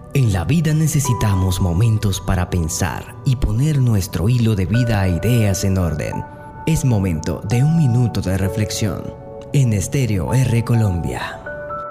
En la vida necesitamos momentos para pensar y poner nuestro hilo de vida e ideas en orden. Es momento de un minuto de reflexión en Estéreo R Colombia.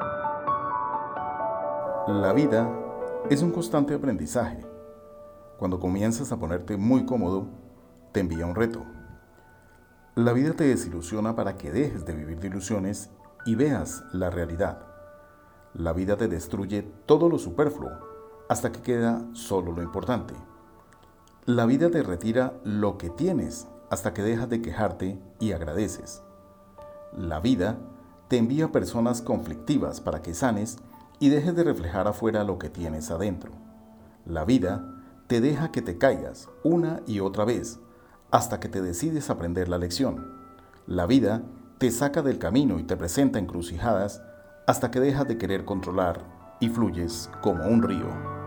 La vida es un constante aprendizaje. Cuando comienzas a ponerte muy cómodo, te envía un reto. La vida te desilusiona para que dejes de vivir de ilusiones y veas la realidad. La vida te destruye todo lo superfluo hasta que queda solo lo importante. La vida te retira lo que tienes hasta que dejas de quejarte y agradeces. La vida te envía personas conflictivas para que sanes y dejes de reflejar afuera lo que tienes adentro. La vida te deja que te caigas una y otra vez hasta que te decides aprender la lección. La vida te saca del camino y te presenta encrucijadas hasta que dejas de querer controlar y fluyes como un río.